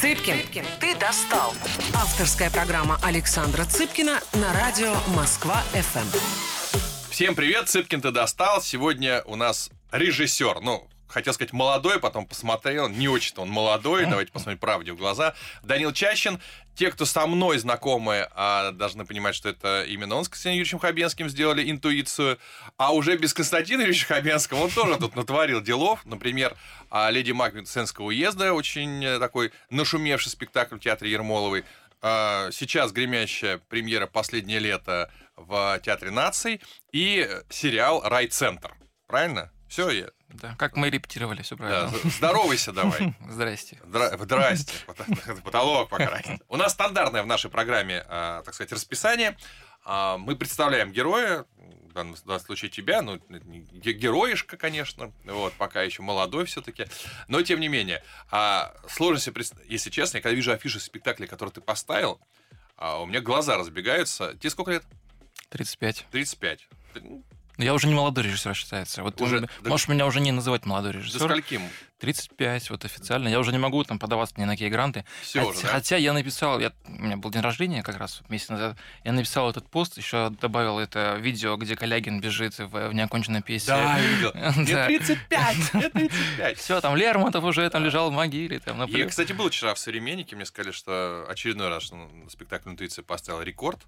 Цыпкин, ты достал. Авторская программа Александра Цыпкина на радио Москва-ФМ. Всем привет, Цыпкин, ты достал. Сегодня у нас режиссер, хотел сказать молодой, потом посмотрел, не очень-то он молодой, давайте посмотрим правде в глаза. Данил Чащин. Те, кто со мной знакомы, должны понимать, что это именно он с Константином Юрьевичем Хабенским сделали интуицию, а уже без Константина Юрьевича Хабенского он тоже тут натворил делов. Например, «Леди Макбет Сенского уезда», очень такой нашумевший спектакль в театре Ермоловой. Сейчас гремящая премьера «Последнее лето» в Театре наций и сериал «Райцентр». Правильно? Все, я... Да, как мы репетировали, все правильно. Да, здоровайся давай. Здрасте. Здрасте. Потолок покрасить. У нас стандартное в нашей программе, так сказать, расписание. Мы представляем героя, в данном случае тебя, героишка, конечно, пока еще молодой все-таки, но тем не менее, сложности, если честно, я когда вижу афиши спектакля, который ты поставил, у меня глаза разбегаются. Тебе сколько лет? 35. 35. Я уже не молодой режиссер, считается. Можешь меня уже не называть молодой режиссер. Да скольким? 35, официально. Я уже не могу подаваться ни на какие гранты. Хотя я написал, у меня был день рождения как раз месяц назад, я написал этот пост, еще добавил это видео, где Калягин бежит в неоконченной песне. Да, я видел. Мне 35, мне 35. Все, там Лермонтов уже лежал в могиле. Я, кстати, был вчера в «Современнике», мне сказали, что очередной раз спектакль «Интуиция» поставил рекорд.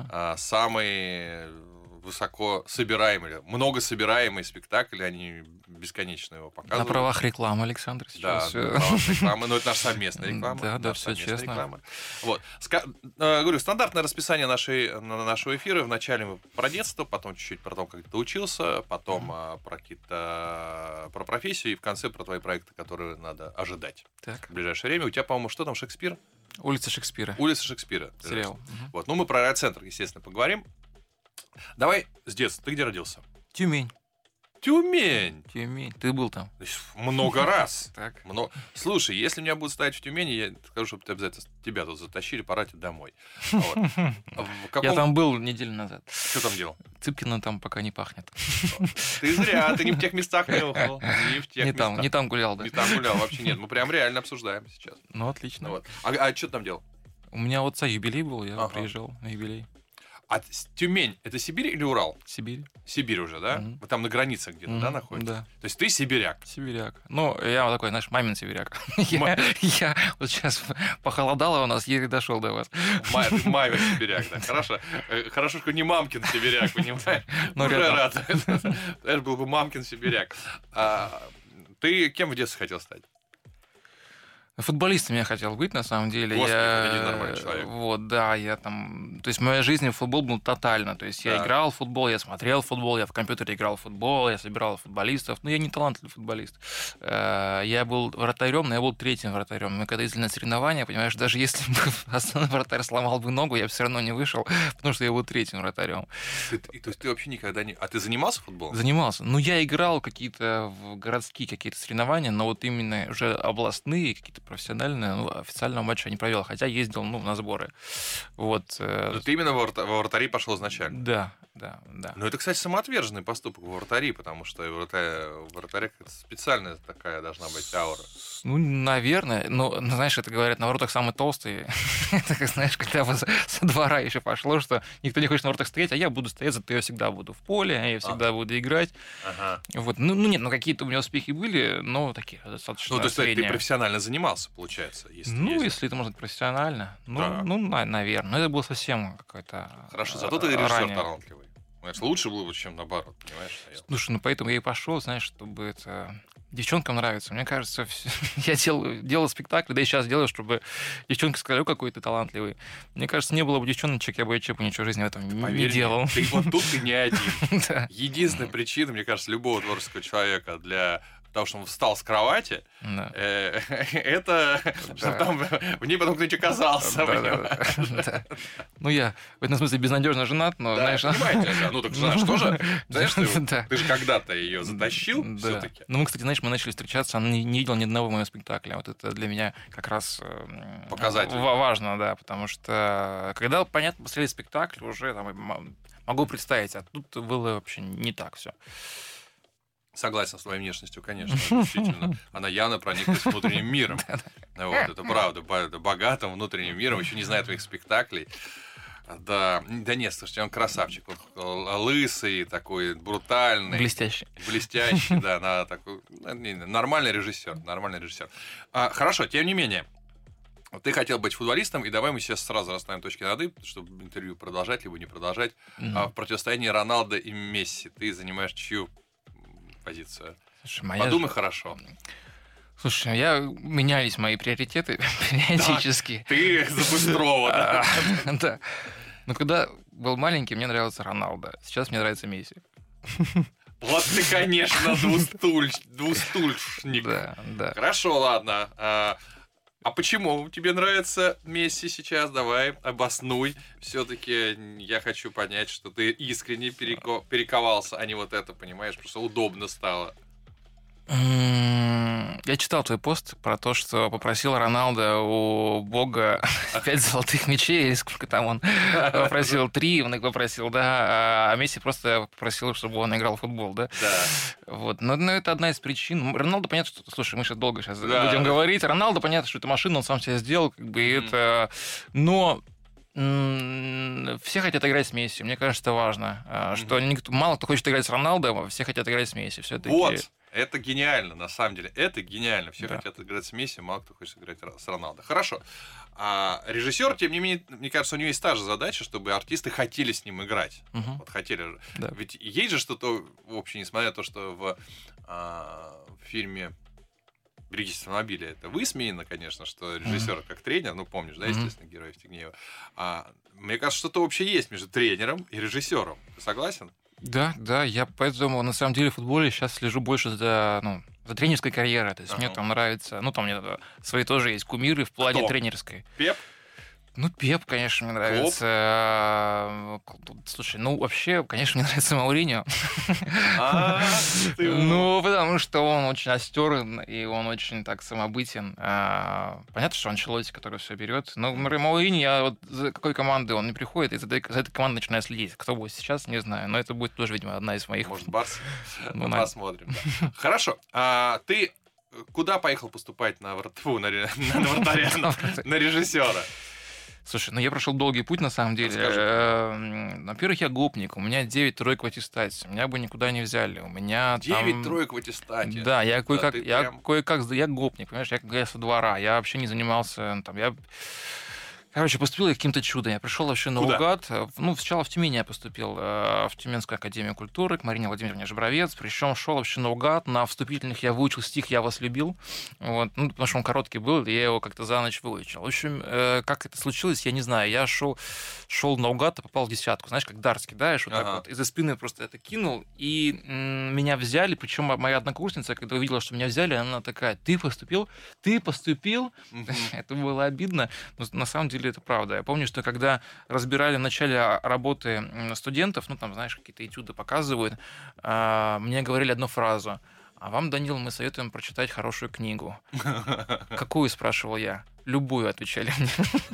Самый высоко собираемый, много собираемый спектакль, они бесконечно его показывают. На правах рекламы, Александр, сейчас. Да, на правах рекламы, но это наша совместная реклама. Да, все честно. Реклама. Говорю, стандартное расписание нашего эфира. Вначале мы про детство, потом чуть-чуть про то, как ты учился, потом про профессию, и в конце про твои проекты, которые надо ожидать в ближайшее время. У тебя, по-моему, что там, Шекспир? Улица Шекспира. Улица Шекспира. Сериал. Мы про райцентр, естественно, поговорим. Давай с детства. Ты где родился? Тюмень. Тюмень. Ты был там? Много раз. Так. Слушай, если меня будут ставить в Тюмени, я скажу, чтобы ты обязательно тебя тут затащили, пора тебе домой. Я там был неделю назад. Что там делал? Цыпкино там пока не пахнет. Ты зря, ты не в тех местах нюхал. Не там гулял, да? Не там гулял, вообще нет. Мы прям реально обсуждаем сейчас. Отлично. А что ты там делал? У меня у отца юбилей был, я приезжал на юбилей. А Тюмень — это Сибирь или Урал? Сибирь. Сибирь уже, да? Вы там на границе где-то, да, находитесь? Да. То есть ты сибиряк? Сибиряк. Я такой, мамин сибиряк. Я вот сейчас похолодало у нас, еле дошел до вас. Мамин сибиряк, да. Хорошо, что не мамкин сибиряк, понимаешь? Уже рад. Это был бы мамкин сибиряк. Ты кем в детстве хотел стать? Футболистом я хотел быть, на самом деле. Господи, нормальный человек. То есть моя жизнь в футбол был тотально. То есть я играл в футбол, я смотрел футбол, я в компьютере играл в футбол, я собирал футболистов. Но я не талантливый футболист. Я был вратарем, но я был третьим вратарем. Мы когда ездили на соревнования, понимаешь, даже если бы основной вратарь сломал бы ногу, я бы все равно не вышел, потому что я был третьим вратарем. То есть ты вообще никогда не... А ты занимался футболом? Занимался. Я играл какие-то в городские какие-то соревнования, но вот именно уже областные, какие-то профессиональные, официального матча не провел, хотя ездил на сборы. Ты именно во вратари пошел изначально? Да. Это, кстати, самоотверженный поступок во вратари, потому что в вратарях специальная такая должна быть аура. Наверное. Знаешь, это говорят, на воротах самые толстые. Это, знаешь, когда со двора еще пошло, что никто не хочет на воротах стоять, а я буду стоять, зато я всегда буду в поле, я всегда буду играть. Нет, какие-то у меня успехи были, но такие достаточно то есть средние. ты профессионально занимался, получается? Если это можно сказать профессионально. Наверное. Но это было совсем какое-то... Хорошо, зато ты режиссер талантливый. Лучше было бы, чем наоборот, понимаешь? Слушай, поэтому я и пошел, знаешь, чтобы это... Девчонкам нравится. Мне кажется, я делал спектакль, да и сейчас делаю, чтобы девчонки сказали, какой ты талантливый. Мне кажется, не было бы девчоночек, я бы ничего в жизни в этом не делал. Тут ты не один. Единственная причина, мне кажется, любого творческого человека для того, что он встал с кровати, это чтобы там в ней потом кто-нибудь оказался. Я в этом смысле безнадежно женат, но, знаешь... Понимаете, так жена же тоже, знаешь, ты же когда-то ее затащил все-таки. Мы, кстати, знаешь, мы начали встречаться, она не видела ни одного моего спектакля. Вот это для меня как раз показатель. Важно, да, потому что когда, понятно, посмотрели спектакль, уже могу представить, а тут было вообще не так все. Согласен с твоей внешностью, конечно, действительно. Она явно прониклась внутренним миром. Вот, это правда, богатым внутренним миром, еще не знаю твоих спектаклей. Да нет, слушайте, он красавчик. Он лысый, такой брутальный. Блестящий. Блестящий, да, такой нормальный режиссер. Хорошо, тем не менее. Ты хотел быть футболистом, и давай мы сейчас сразу расставим точки над «и», чтобы интервью продолжать, либо не продолжать. В противостоянии Роналдо и Месси ты занимаешь чью позицию? Слушай, подумай хорошо. Слушай, менялись мои приоритеты периодически. Ты за Быстрова, да? Да. Но когда был маленький, мне нравился Роналдо. Сейчас мне нравится Месси. Вот ты, конечно, двустульшник. Да. Хорошо, ладно. А почему тебе нравится Месси сейчас? Давай, обоснуй. Все-таки я хочу понять, что ты искренне перековался, а не вот это, понимаешь, просто удобно стало. Я читал твой пост про то, что попросил Роналдо у Бога 5 золотых мячей, или сколько там он попросил, 3, он их попросил, да, а Месси просто попросил, чтобы он играл в футбол, да? Да. Вот. Но это одна из причин. Роналдо, понятно, что... Слушай, мы сейчас долго будем говорить. Роналдо, понятно, что это машина, он сам себя сделал, как бы, это... Но... все хотят играть с Месси. Мне кажется, это важно. Что мало кто хочет играть с Роналдо, все хотят играть с Месси. Все-таки... Вот. Это гениально, на самом деле. Это гениально. Все хотят играть с Месси, мало кто хочет играть с Роналдо. Хорошо. А режиссер, тем не менее, мне кажется, у него есть та же задача, чтобы артисты хотели с ним играть. Вот хотели. Да. Ведь есть же что-то, в общем, несмотря на то, что в фильме «Берегись автомобиля» это высмеяно, конечно, что режиссер как тренер, ну, помнишь, да, естественно, герой Евстигнеева. Мне кажется, что-то вообще есть между тренером и режиссером. Ты согласен? Да, я поэтому на самом деле в футболе сейчас слежу больше за тренерской карьерой. То есть мне там нравится, там мне свои тоже есть кумиры в плане тренерской. Пеп? Пеп, конечно, мне нравится. Слушай, вообще, конечно, мне нравится Мауриньо. Потому что он очень остер, и он очень так самобытен. Понятно, что Анчелотти, который все берет. Но Мауриньо, за какой команды он не приходит, и за этой командой начинаю следить. Кто будет сейчас, не знаю. Но это будет тоже, видимо, одна из моих... Может, Барс? Посмотрим. Хорошо. Ты куда поехал поступать на режиссера? Слушай, я прошел долгий путь, на самом деле. Во-первых, я гопник. У меня 9 троек в аттестате. Меня бы никуда не взяли. У меня 9 троек в аттестате? Да, я кое-как... Я гопник, понимаешь? Я со двора. Я вообще не занимался... поступил я каким-то чудом. Я пришел вообще наугад. Сначала в Тюмени я поступил, в Тюменскую академию культуры, к Марине Владимировне Жабровец. Причем шел вообще наугад. На вступительных я выучил стих «Я вас любил». Потому что он короткий был, и я его как-то за ночь выучил. В общем, как это случилось, я не знаю. Я шел наугад, и попал в десятку. Знаешь, как дартс кидаешь, вот так вот. Из-за спины просто это кинул, и меня взяли. Причем моя однокурсница, когда увидела, что меня взяли, она такая: ты поступил? Это было обидно. Но на самом деле это правда. Я помню, что когда разбирали в начале работы студентов, знаешь, какие-то этюды показывают, мне говорили одну фразу: а вам, Данил, мы советуем прочитать хорошую книгу. Какую, спрашивал я? Любую, отвечали мне.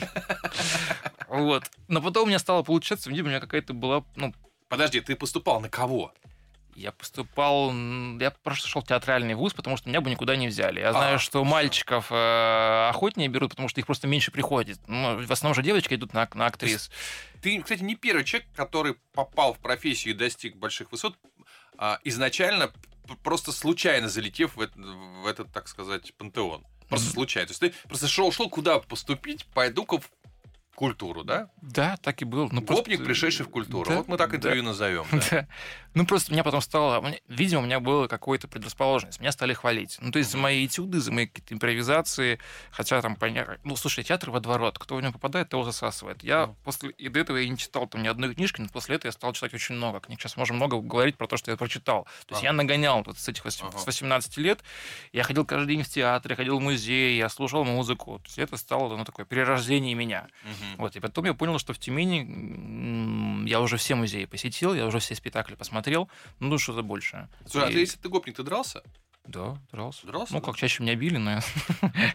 Но потом у меня стало получаться, видимо, у меня какая-то была... Подожди, ты поступал на кого? Я просто шел в театральный вуз, потому что меня бы никуда не взяли. Я знаю, что мальчиков охотнее берут, потому что их просто меньше приходит. В основном же девочки идут на актрис. Ты, кстати, не первый человек, который попал в профессию и достиг больших высот, изначально просто случайно залетев в этот, так сказать, пантеон. Просто случайно. То есть ты просто шел куда поступить, пойду-ка в культуру, да? Да, так и был. Гопник, пришедший в культуру. Вот мы так интервью назовем. Да. Просто меня потом стало... Видимо, у меня была какая-то предрасположенность. Меня стали хвалить. То есть за мои этюды, за мои какие-то импровизации. Хотя там, слушай, театр водоворот. Кто в него попадает, того засасывает. Я после этого я не читал там ни одной книжки, но после этого я стал читать очень много книг. Сейчас можем много говорить про то, что я прочитал. То есть я нагонял с этих 18 лет. Я ходил каждый день в театр, я ходил в музей, я слушал музыку. То есть это стало такое перерождение меня. И потом я понял, что в Тюмени я уже все музеи посетил, я уже все спектакли посмотрел, что-то больше. Слушай, а если ты гопник, ты дрался? Да, дрался. Дрался? Как чаще меня били, но...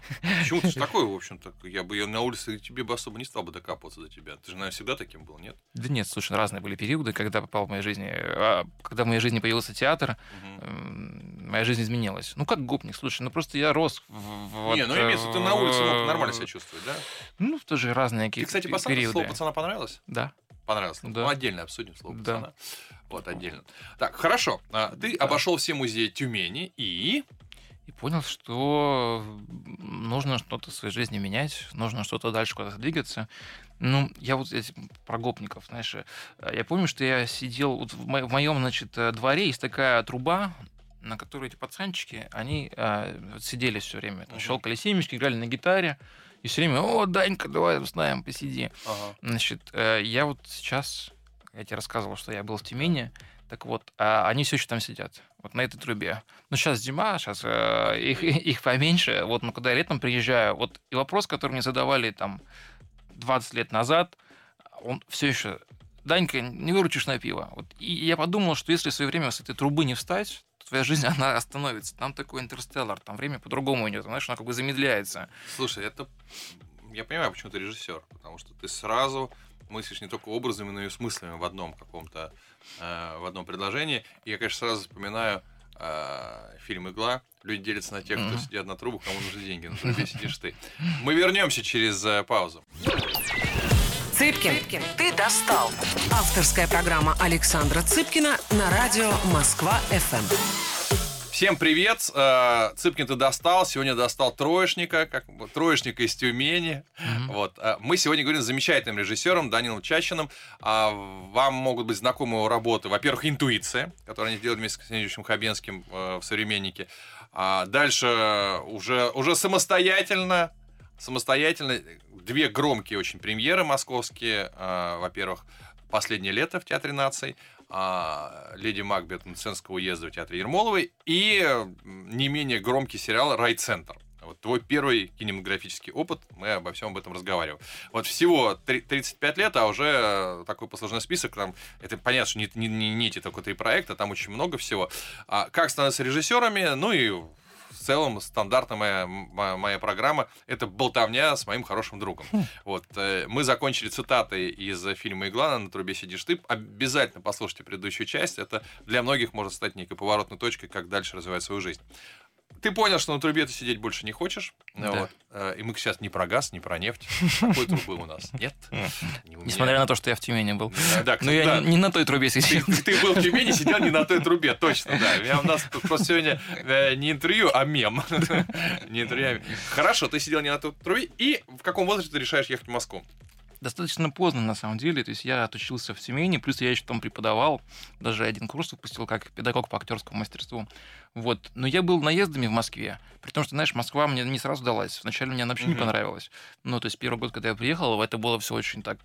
Почему ты такой, в общем-то? Я бы на улице тебе бы особо не стал бы докапываться до тебя. Ты же, наверное, всегда таким был, нет? Да нет, слушай, разные были периоды, когда попал в моей жизни. Когда в моей жизни появился театр, моя жизнь изменилась. Ну, как гопник, слушай, ну просто я рос в... Не, ну имеется, ты на улице мог нормально себя чувствовать, да? Ну, тоже разные Ты, какие-то кстати, периоды. слово пацана понравилось? Да. Понравилось. Да. Ну, отдельно обсудим слово Да. пацана. Вот, отдельно. Так, хорошо. Ты обошел все музеи Тюмени и понял, что нужно что-то в своей жизни менять, нужно что-то дальше куда-то двигаться. Ну, я вот про гопников, знаешь, я помню, что я сидел вот в моем, значит, дворе, есть такая труба, на которой эти пацанчики, они сидели все время, там, щелкали семечки, играли на гитаре, и все время: о, Данька, давай с нами посиди. Значит, я вот сейчас, я тебе рассказывал, что я был в Тюмени, так вот, они все еще там сидят, вот на этой трубе. Ну, сейчас зима, сейчас их поменьше, вот, но когда я летом приезжаю, вот, и вопрос, который мне задавали там 20 лет назад, он все еще: Данька, не выручишь на пиво. Вот, и я подумал, что если в свое время с этой трубы не встать, то твоя жизнь, она остановится. Там такой интерстеллар, там время по-другому идет, знаешь, оно как бы замедляется. Слушай, это... Я понимаю, почему ты режиссер, потому что ты сразу мыслишь не только образами, но и смыслами в одном каком-то, в одном предложении. И я, конечно, сразу вспоминаю фильм «Игла». Люди делятся на тех, кто сидят на трубах, кому нужны деньги. На трубе сидишь ты. Мы вернемся через паузу. Цыпкин, ты достал. Авторская программа Александра Цыпкина на радио Москва-ФМ. Всем привет! Цыпкин, ты достал. Сегодня достал троечника из Тюмени. Вот. Мы сегодня говорим с замечательным режиссером Данилом Чащиным. Вам могут быть знакомы его работы. Во-первых, «Интуиция», которую они сделали вместе с Алексеем Хабенским в «Современнике». Дальше уже самостоятельно две громкие очень премьеры московские. Во-первых, «Последнее лето» в Театре наций, «Леди Макбет» Мценского уезда в Театре Ермоловой и не менее громкий сериал «Райцентр». Вот твой первый кинематографический опыт, мы обо всем об этом разговариваем. Вот всего 35 лет, а уже такой послужной список. Там, это понятно, что не эти только 3 проекта, там очень много всего. Как становиться режиссерами, ну и... В целом, стандартная моя программа — это болтовня с моим хорошим другом. Вот. Мы закончили цитатой из фильма «Игла», «На трубе сидишь ты». Обязательно послушайте предыдущую часть. Это для многих может стать некой поворотной точкой, как дальше развивать свою жизнь. Ты понял, что на трубе ты сидеть больше не хочешь. Да. Вот. И мы сейчас не про газ, не про нефть. Какой трубы у нас? Нет? Несмотря на то, что я в Тюмени был. Да, но я не на той трубе сидел. Ты был в Тюмени, сидел не на той трубе, точно, да. У нас просто сегодня не интервью, а мем. Не интервью, а мем. Хорошо, ты сидел не на той трубе, и в каком возрасте ты решаешь ехать в Москву? Достаточно поздно, на самом деле. То есть я отучился в Тюмени, плюс я еще там преподавал. Даже один курс выпустил как педагог по актерскому мастерству. Вот. Но я был наездами в Москве. При том, что, знаешь, Москва мне не сразу далась. Вначале мне она вообще не понравилась. Ну, то есть первый год, когда я приехал, это было все очень так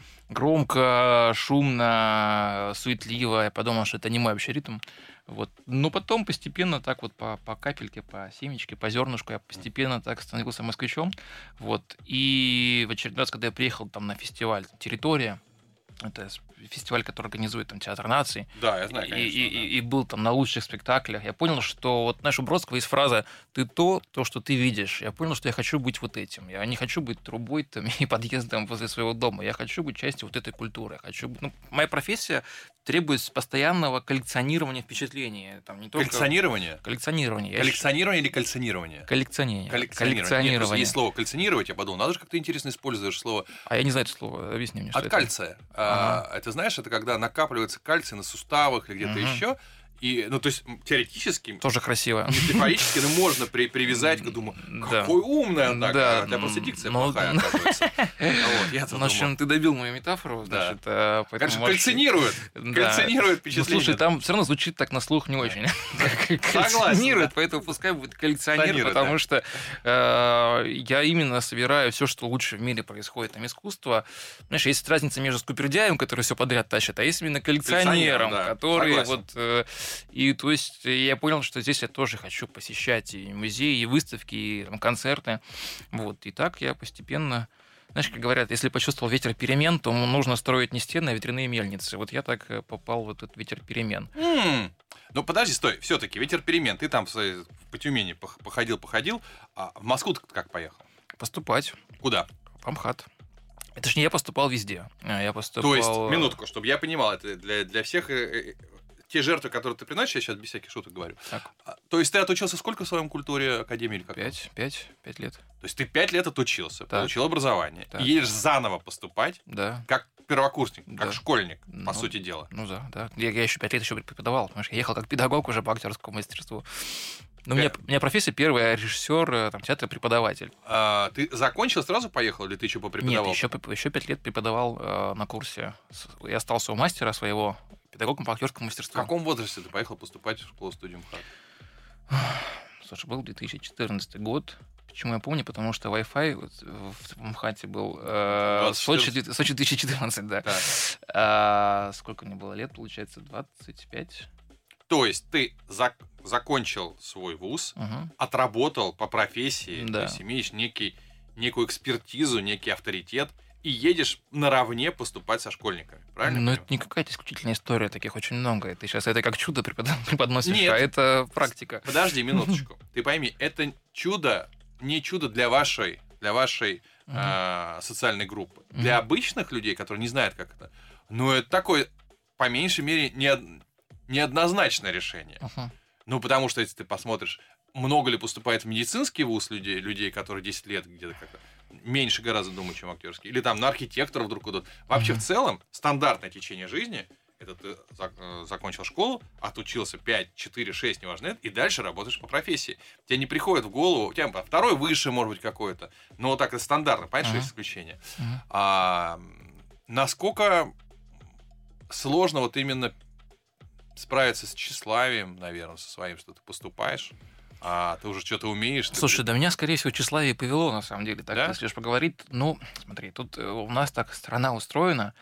громко, шумно, суетливо. Я подумал, что это не мой вообще ритм. Вот. Но потом постепенно так вот по капельке, по семечке, по зернышку я постепенно так становился москвичом. Вот. И в очередной раз, когда я приехал там на фестиваль «Территория», это фестиваль, который организует там Театр наций. Да, я знаю, конечно. И был там на лучших спектаклях. Я понял, что вот, знаешь, у Бродского есть фраза: «Ты то, что ты видишь». Я понял, что я хочу быть вот этим. Я не хочу быть трубой там и подъездом возле своего дома. Я хочу быть частью вот этой культуры. Моя профессия требует постоянного коллекционирования впечатлений. Там не только... Коллекционирование? Коллекционирование. Коллекционирование или кольционирование? Коллекционирование. Просто есть слово «коллекционировать», я подумал, надо же, как ты интересно используешь слово. А я не знаю это слово, объясни мне, что От это. кальция. Это, знаешь, это когда накапливается кальций на суставах или где-то еще. И, ну, то есть, теоретически, тоже красиво. метафорически, привязать привязать, я думаю, какой умный он так, да. У тебя просто дикция плохая, оказывается. В общем, ты добил мою метафору, значит, конечно, коллекционирует впечатление. Ну, слушай, там все равно звучит так на слух не очень. Согласен. Поэтому пускай будет коллекционер, потому что я именно собираю все, что лучше в мире происходит. Там искусство. Знаешь, есть разница между скупердяем, который все подряд тащит, а есть именно коллекционером, который вот... И то есть я понял, что здесь я тоже хочу посещать и музеи, и выставки, и там, концерты. Вот. И так я постепенно... Знаешь, как говорят, если почувствовал ветер перемен, то нужно строить не стены, а ветряные мельницы. Вот я так попал в этот ветер перемен. Ну, подожди, стой. Все-таки ветер перемен. Ты там по Тюмени походил, а в Москву ты как поехал? Поступать. Куда? В Амхат. Это ж не я поступал везде. Я поступал... То есть, минутку, чтобы я понимал, это для всех... Те жертвы, которые ты приносишь, я сейчас без всяких шуток говорю. Так. То есть ты отучился сколько в своем культуре академии? Или как? 5 лет. То есть ты 5 лет отучился, Так. получил образование, Так. и едешь заново поступать, Да. как первокурсник, Да. как школьник, по Ну, сути дела. Ну да. Я еще 5 лет еще преподавал. Понимаешь, я ехал как педагог уже по актерскому мастерству. Но у меня профессия первая, режиссер, там, театр-преподаватель. Ты закончил, сразу поехал, или ты еще попреподавал? Нет, еще 5 лет преподавал на курсе. Я остался у мастера своего, педагогом по актерскому В мастерству. каком возрасте ты поехал поступать в школу-студию МХАТ? Слушай, был 2014 год. Почему я помню? Потому что Wi-Fi в МХАТе был Сочи 2014, да. Сколько мне было лет, получается? 25? То есть ты закончил свой вуз, Угу. отработал по профессии, Да. то есть имеешь некую экспертизу, некий авторитет, и едешь наравне поступать со школьниками, правильно? Но я это не какая-то исключительная история, таких очень много. И ты сейчас это как чудо преподносишь, Нет. а это практика. Подожди минуточку. Ты пойми, это чудо, не чудо для вашей социальной группы. Для обычных людей, которые не знают, как это, это такое, по меньшей мере, неоднозначное решение. Мгм. Потому что, если ты посмотришь, много ли поступает в медицинский вуз людей, которые 10 лет где-то как-то меньше гораздо думают, чем актерский, или там на архитекторов вдруг идут. Вообще, в целом, стандартное течение жизни — это ты закончил школу, отучился 5, 4, 6, неважно, и дальше работаешь по профессии. Тебе не приходит в голову, у тебя второй выше, может быть, какой-то, но вот так это стандартно, понимаешь, есть исключения. Насколько сложно вот именно справиться с тщеславием, наверное, со своим, что ты поступаешь, а ты уже что-то умеешь. Слушай, да меня, скорее всего, тщеславие повело, на самом деле. Так, Да? если уж поговорить, смотри, тут у нас так страна устроена,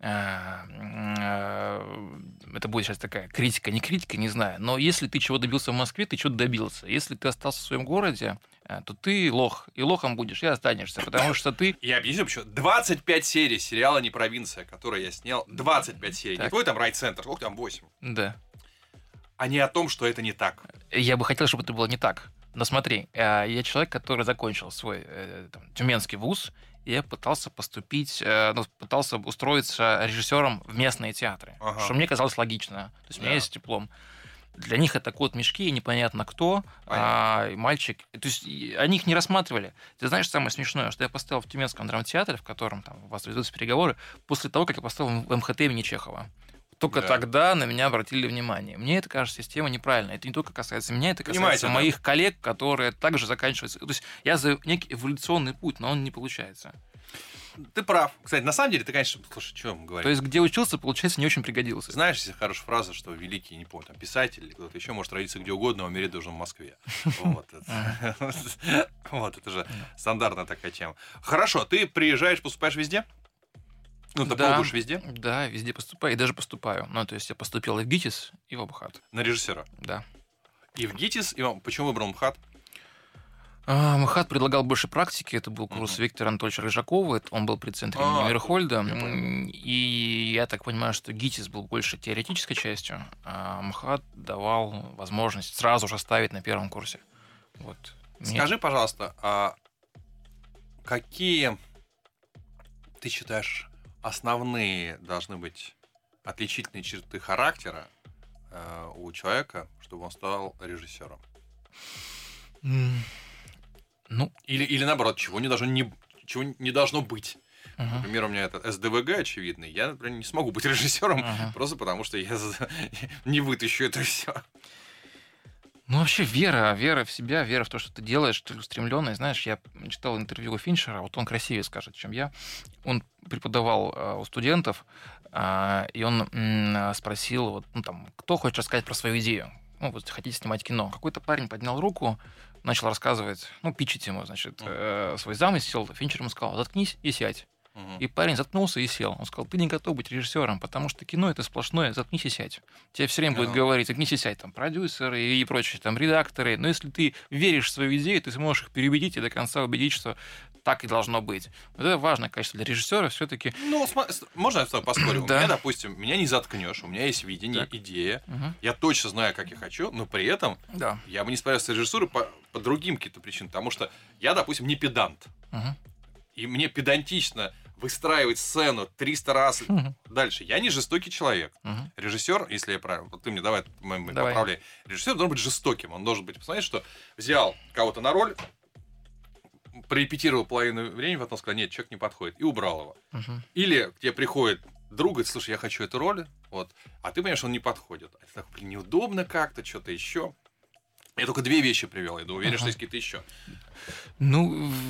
это будет сейчас такая критика, не знаю, но если ты чего добился в Москве, ты чего-то добился. Если ты остался в своем городе, то ты лох, и лохом будешь, и останешься, потому что ты... Я объясню, почему. 25 серий сериала «Не провинция», который я снял, 25 серий. Так. Не твой там райцентр, сколько там, 8. Да. А не о том, что это не так. Я бы хотел, чтобы это было не так. Но смотри, я человек, который закончил свой тюменский вуз, и я пытался поступить, пытался устроиться режиссером в местные театры, Ага. что мне казалось логично. То есть у меня есть диплом. Для них это кот мешки, непонятно кто, мальчик. То есть они их не рассматривали. Ты знаешь, самое смешное, что я поставил в Тюменском драмтеатре, в котором там у вас ведутся переговоры, после того, как я поставил в МХТ имени Чехова. Только тогда на меня обратили внимание. Мне это кажется система неправильная. Это не только касается меня, это касается моих коллег, которые также заканчивают. То есть я за некий эволюционный путь, но он не получается. Ты прав. Кстати, на самом деле, ты, конечно, слушай, что мы говорим. То есть где учился, получается, не очень пригодился. Знаешь, есть хорошая фраза, что великий, не помню, там, писатель или кто-то еще может родиться где угодно, а умереть должен в Москве. Вот это же стандартная такая тема. Хорошо, ты приезжаешь, поступаешь везде? Ты пробуешь везде? Да, везде поступаю. И даже поступаю. То есть я поступил и в ГИТИС, и в МХАТ. На режиссера? Да. И в ГИТИС, почему выбрал МХАТ? МХАТ предлагал больше практики. Это был курс Виктора Анатольевича Рыжакова. Он был при центре имени Мирхольда. И я так понимаю, что ГИТИС был больше теоретической частью, а МХАТ давал возможность сразу же ставить на первом курсе. Вот. Скажи, пожалуйста, какие ты считаешь основные должны быть отличительные черты характера у человека, чтобы он стал режиссером? Или наоборот, чего не должно быть. Например, у меня это СДВГ очевидный. Я, например, не смогу быть режиссером просто потому, что я не вытащу это все. Вообще вера в себя, вера в то, что ты делаешь, целеустремленная. Знаешь, я читал интервью у Финчера, вот он красивее скажет, чем я. Он преподавал у студентов, и он спросил, кто хочет рассказать про свою идею. Хотите снимать кино. Какой-то парень поднял руку, начал рассказывать, питчить ему, свой замысел. Финчер ему сказал: заткнись и сядь. И парень заткнулся и сел. Он сказал: ты не готов быть режиссером, потому что кино — это сплошное «заткнись и сядь». Тебе все время будет говорить «заткнись и сядь», продюсеры и прочие, редакторы. Но если ты веришь в свою идею, ты сможешь их переубедить и до конца убедить, что так и должно быть. Вот это важное качество для режиссера все-таки. Можно я с тобой поспорю? Да. Меня не заткнешь, у меня есть видение, идея. Я точно знаю, как я хочу, но при этом я бы не справился с режиссурой по другим каким-то причинам, потому что я, допустим, не педант. И мне педантично выстраивать сцену 300 раз дальше. Я не жестокий человек. Режиссер, если я правильно... Вот ты мне давай поправляй. Режиссер должен быть жестоким. Он должен быть... Посмотреть, что взял кого-то на роль, прорепетировал половину времени, потом сказал, нет, человек не подходит, и убрал его. Или к тебе приходит друг, говорит, слушай, я хочу эту роль, вот, а ты понимаешь, он не подходит. Это так, блин, неудобно как-то, что-то еще. Я только 2 вещи привел, я уверен, что есть какие-то еще. Ну,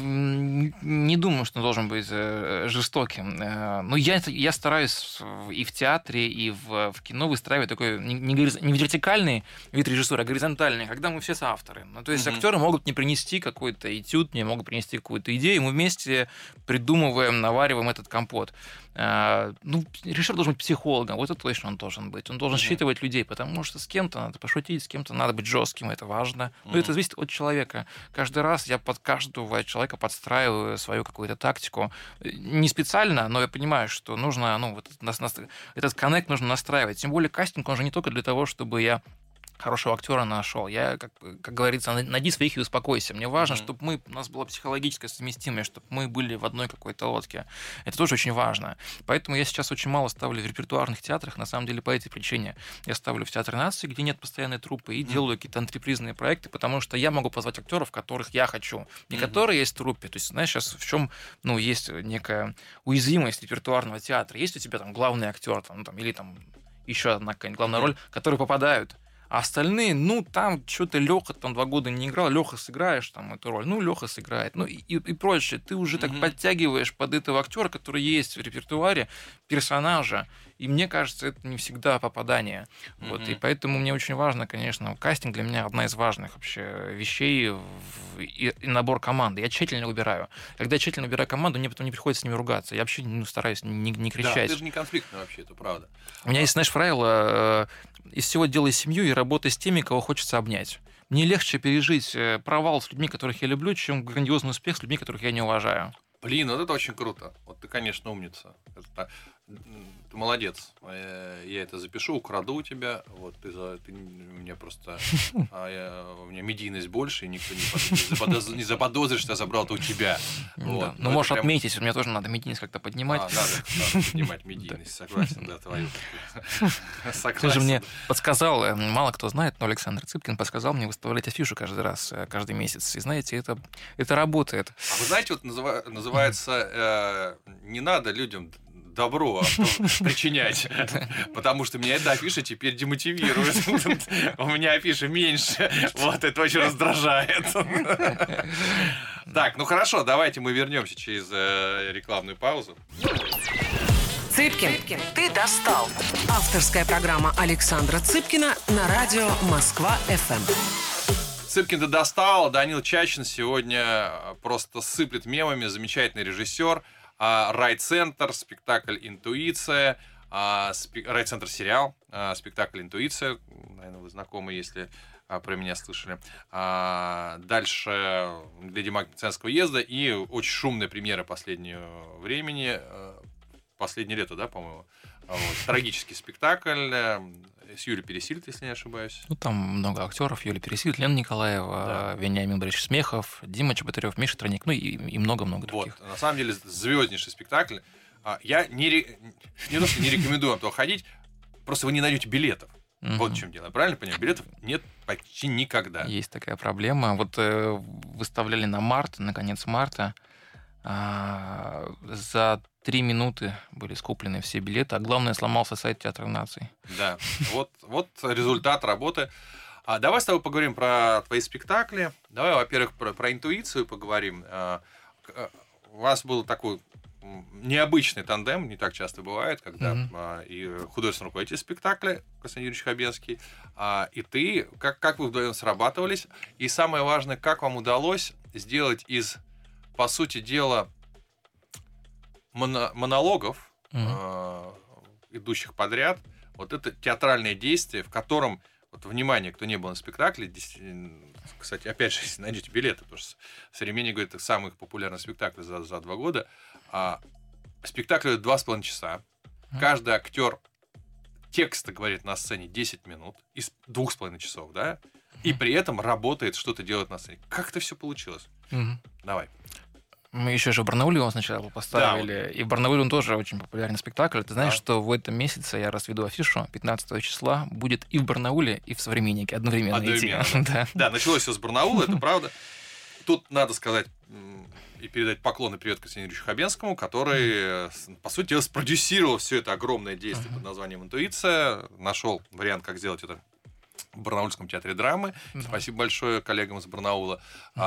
не думаю, что он должен быть жестоким. Но я стараюсь и в театре, и в кино выстраивать такой не вертикальный вид режиссуры, а горизонтальный, когда мы все соавторы. Ну, то есть актеры могут мне принести какой-то этюд, мне могут принести какую-то идею, мы вместе придумываем, навариваем этот компот. Ну, режиссер должен быть психологом, вот это точно он должен быть. Он должен считывать людей, потому что с кем-то надо пошутить, с кем-то надо быть жестким, это важно. Но это зависит от человека. Каждый раз я под каждого человека подстраиваю свою какую-то тактику. Не специально, но я понимаю, что нужно, ну, вот этот коннект нужно настраивать. Тем более кастинг, он же не только для того, чтобы я хорошего актера нашел. Я, как говорится, найди своих и успокойся. Мне важно, чтобы у нас была психологическая совместимость, чтобы мы были в одной какой-то лодке. Это тоже очень важно. Поэтому я сейчас очень мало ставлю в репертуарных театрах, на самом деле, по этой причине. Я ставлю в Театре нации, где нет постоянной труппы, и делаю какие-то антрепризные проекты, потому что я могу позвать актеров, которых я хочу. Не которые есть в труппе. То есть, знаешь, сейчас в чем, ну, есть некая уязвимость репертуарного театра. Есть у тебя там главный актер, или там еще одна какая-нибудь главная роль, которые попадают. А остальные, ну, там что-то Леха там 2 года не играл, Леха сыграешь там эту роль, ну, Леха сыграет, ну, и прочее. Ты уже так подтягиваешь под этого актера, который есть в репертуаре, персонажа, и мне кажется, это не всегда попадание. Вот, и поэтому мне очень важно, конечно, кастинг для меня одна из важных вообще вещей и набор команды. Я тщательно выбираю. Когда я тщательно выбираю команду, мне потом не приходится с ними ругаться. Я вообще стараюсь не кричать. Да, ты же не конфликтный вообще, это правда. У меня есть, знаешь, правило: из всего делай семью и работай с теми, кого хочется обнять. Мне легче пережить провал с людьми, которых я люблю, чем грандиозный успех с людьми, которых я не уважаю. Блин, вот это очень круто. Вот ты, конечно, умница. Ты молодец. Я это запишу, украду у тебя. Вот ты у меня просто... у меня медийность больше, и никто не заподозрит, что я забрал это у тебя. Вот. Да. Ну, можешь отметить, мне тоже надо медийность как-то поднимать. Надо поднимать медийность, согласен, да, твою. Ты же мне подсказал, мало кто знает, но Александр Цыпкин подсказал мне выставлять афишу каждый раз, каждый месяц. И знаете, это работает. А вы знаете, вот называется «Не надо людям добро причинять», потому что меня эта афиша теперь демотивирует. У меня афиши меньше. Вот это очень раздражает. Так, ну хорошо, давайте мы вернемся через рекламную паузу. Цыпкин, ты достал. Авторская программа Александра Цыпкина на радио Москва-ФМ. Цыпкин ты достал. Данил Чачин сегодня просто сыплет мемами. Замечательный режиссер. Райцентр, спектакль «Интуиция», Райцентр сериал, спектакль «Интуиция», наверное, вы знакомы, если про меня слышали. Дальше «Леди Макбетского уезда» и очень шумная премьера последнего времени, последнее лето, да, по-моему, вот. Трагический спектакль с Юлией Пересильд, если не ошибаюсь. Ну, там много актеров: Юлия Пересильд, Лена Николаева, Вениамин Борисович Смехов, Дима Чеботарев, Миша Тройник, ну и много-много других. Вот, на самом деле, звезднейший спектакль. Я не то, что не рекомендую вам туда ходить, просто вы не найдете билетов. Вот в чем дело. Правильно понимаю? Билетов нет почти никогда. Есть такая проблема. Вот выставляли на март, на конец марта. За 3 минуты были скуплены все билеты, а главное, сломался сайт Театра наций. Да, вот результат работы. Давай с тобой поговорим про твои спектакли. Давай, во-первых, про «Интуицию» поговорим. У вас был такой необычный тандем, не так часто бывает, когда и художественный руководитель спектакля Константин Юрьевич Хабенский, и ты, как вы вдвоем срабатывались, и самое важное, как вам удалось сделать из, по сути дела, монологов, идущих подряд, вот это театральное действие, в котором, вот, внимание, кто не был на спектакле, кстати, опять же, если найдете билеты, потому что «Современник» говорит, это самый популярный спектакль за 2 года, спектакль 2,5 часа, каждый актер текста говорит на сцене 10 минут из 2,5 часов, да, и при этом работает, что-то делает на сцене. Как это все получилось? Давай. Мы еще же в Барнауле его сначала поставили. Да. И в Барнауле он тоже очень популярный спектакль. Ты знаешь, что в этом месяце я разведу афишу, 15 числа будет и в Барнауле, и в «Современнике» одновременно идти. Да, началось все с Барнаула, это правда. Тут надо сказать и передать поклон и привет Константину Юрьевичу Хабенскому, который, по сути дела, спродюсировал все это огромное действие под названием «Интуиция», нашел вариант, как сделать это в Барнаульском театре драмы. Спасибо большое коллегам из Барнаула.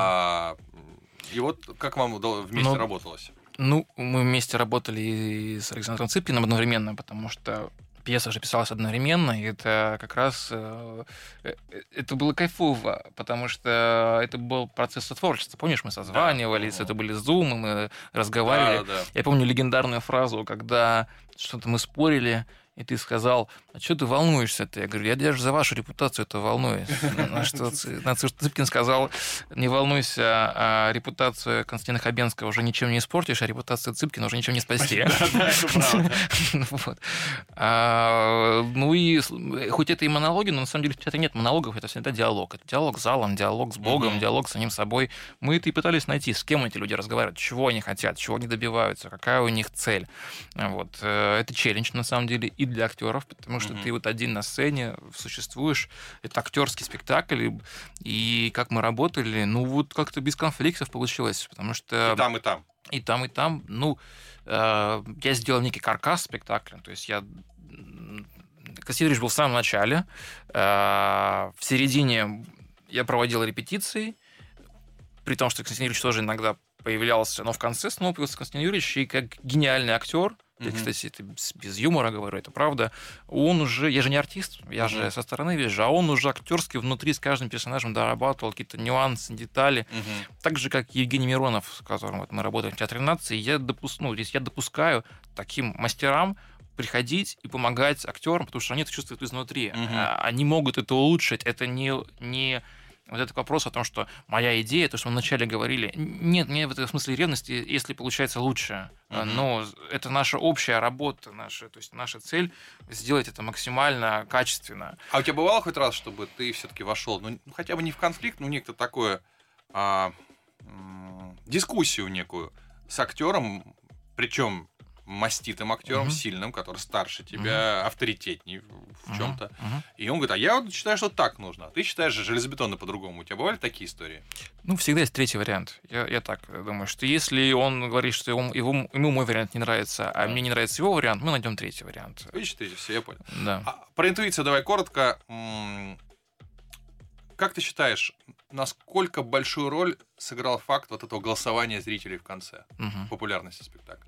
И вот как вам вместе работалось? Ну, мы вместе работали и с Александром Цыпкиным одновременно, потому что пьеса же писалась одновременно, и это как раз это было кайфово, потому что это был процесс творчества. Помнишь, мы созванивались, это были зумы, мы разговаривали. Да. Я помню легендарную фразу, когда что-то мы спорили, и ты сказал: а что ты волнуешься-то? Я говорю: я даже за вашу репутацию это волнуюсь. На что Цыпкин сказал: не волнуйся, а репутацию Константина Хабенского уже ничем не испортишь, а репутацию Цыпкина уже ничем не спасти. Да, это правда. Ну и хоть это и монологи, но на самом деле в театре нет монологов, это всегда диалог. Это диалог с залом, диалог с Богом, диалог с самим собой. Мы это и пытались найти, с кем эти люди разговаривают, чего они хотят, чего они добиваются, какая у них цель. Вот. Это челлендж, на самом деле, и для актеров, потому что ты вот один на сцене существуешь. Это актерский спектакль, и как мы работали, ну вот как-то без конфликтов получилось, потому что... И там, и там. И там, и там. Ну, я сделал некий каркас спектакля, то есть Константин Юрьевич был в самом начале, в середине я проводил репетиции, при том, что Константин Юрьевич тоже иногда появлялся, но в конце снова появился Константин Юрьевич, и как гениальный актер. Кстати, это без юмора говорю, это правда. Он уже, я же не артист, я же со стороны вижу, а он уже актерски внутри с каждым персонажем дорабатывал какие-то нюансы, детали. Так же, как Евгений Миронов, с которым вот мы работаем в Театре нации, я допускаю таким мастерам приходить и помогать актерам, потому что они это чувствуют изнутри. Они могут это улучшить. Это не вот этот вопрос о том, что моя идея, то, что мы вначале говорили, нет в этом смысле ревности, если получается лучше. Но это наша общая работа, то есть наша цель сделать это максимально качественно. А у тебя бывало хоть раз, чтобы ты все-таки вошел, ну хотя бы не в конфликт, но некто такое дискуссию некую с актером, причем маститым актером, сильным, который старше тебя, авторитетней в чем-то. И он говорит: а я вот считаю, что так нужно. А ты считаешь же железобетонно по-другому. У тебя бывали такие истории? Ну, всегда есть третий вариант. Я так думаю, что если он говорит, что ему мой вариант не нравится, а мне не нравится его вариант, мы найдем третий вариант. Видишь, третий, все, я понял. Да. Про интуицию давай коротко. Как ты считаешь, насколько большую роль сыграл факт вот этого голосования зрителей в конце популярности спектакля?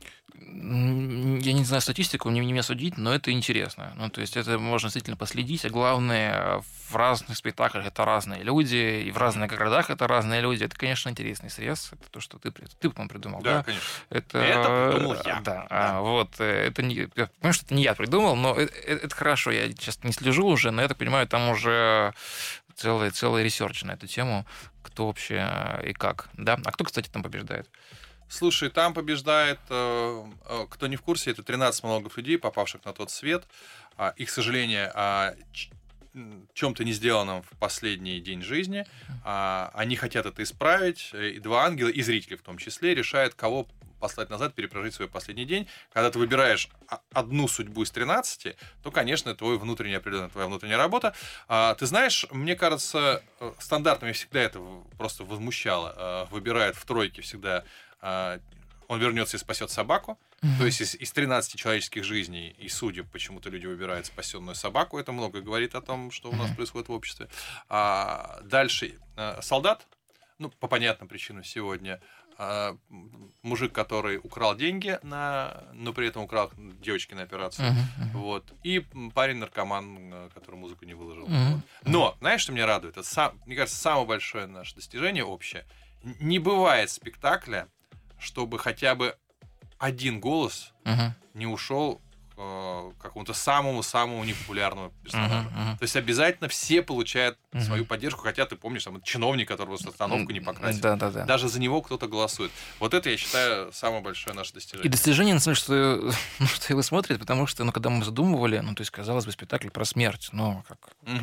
Я не знаю статистику, не меня судить, но это интересно. Ну, то есть это можно действительно последить. А главное, в разных спектаклях это разные люди, и в разных городах это разные люди. Это, конечно, интересный срез. Это то, что ты по-моему, придумал. Да, конечно. Это придумал я. Да. Вот. Это не... Я понимаю, что это не я придумал, но это хорошо. Я сейчас не слежу уже, но я так понимаю, там уже целый ресерч на эту тему. Кто вообще и как. Да? А кто, кстати, там побеждает? Слушай, там побеждает, кто не в курсе, это 13 монологов людей, попавших на тот свет. И, к сожалению, о чем-то не сделанном в последний день жизни. Они хотят это исправить. И два ангела, и зрители в том числе, решают, кого послать назад, перепрожить свой последний день. Когда ты выбираешь одну судьбу из 13, то, конечно, твоя внутренняя работа. Ты знаешь, мне кажется, стандартно меня всегда это просто возмущало. Выбирают в тройке всегда... Он вернется и спасет собаку. То есть из 13 человеческих жизней и судеб почему-то люди выбирают спасенную собаку. Это много говорит о том, что у нас происходит в обществе. Дальше солдат, ну, по понятным причинам сегодня, мужик, который украл деньги, но при этом украл девочки на операцию. Вот. И парень-наркоман, который музыку не выложил. Вот. Но, знаешь, что меня радует? Это, мне кажется, самое большое наше достижение общее. Не бывает спектакля, чтобы хотя бы один голос не ушел к какому-то самому непопулярному персонажу. То есть обязательно все получают свою поддержку, хотя ты помнишь, там чиновник, которого остановку не покрасил. Да. Даже за него кто-то голосует. Вот это, я считаю, самое большое наше достижение. И достижение, на самом деле, что его смотрят, потому что, когда мы задумывали, то есть, казалось бы, спектакль про смерть,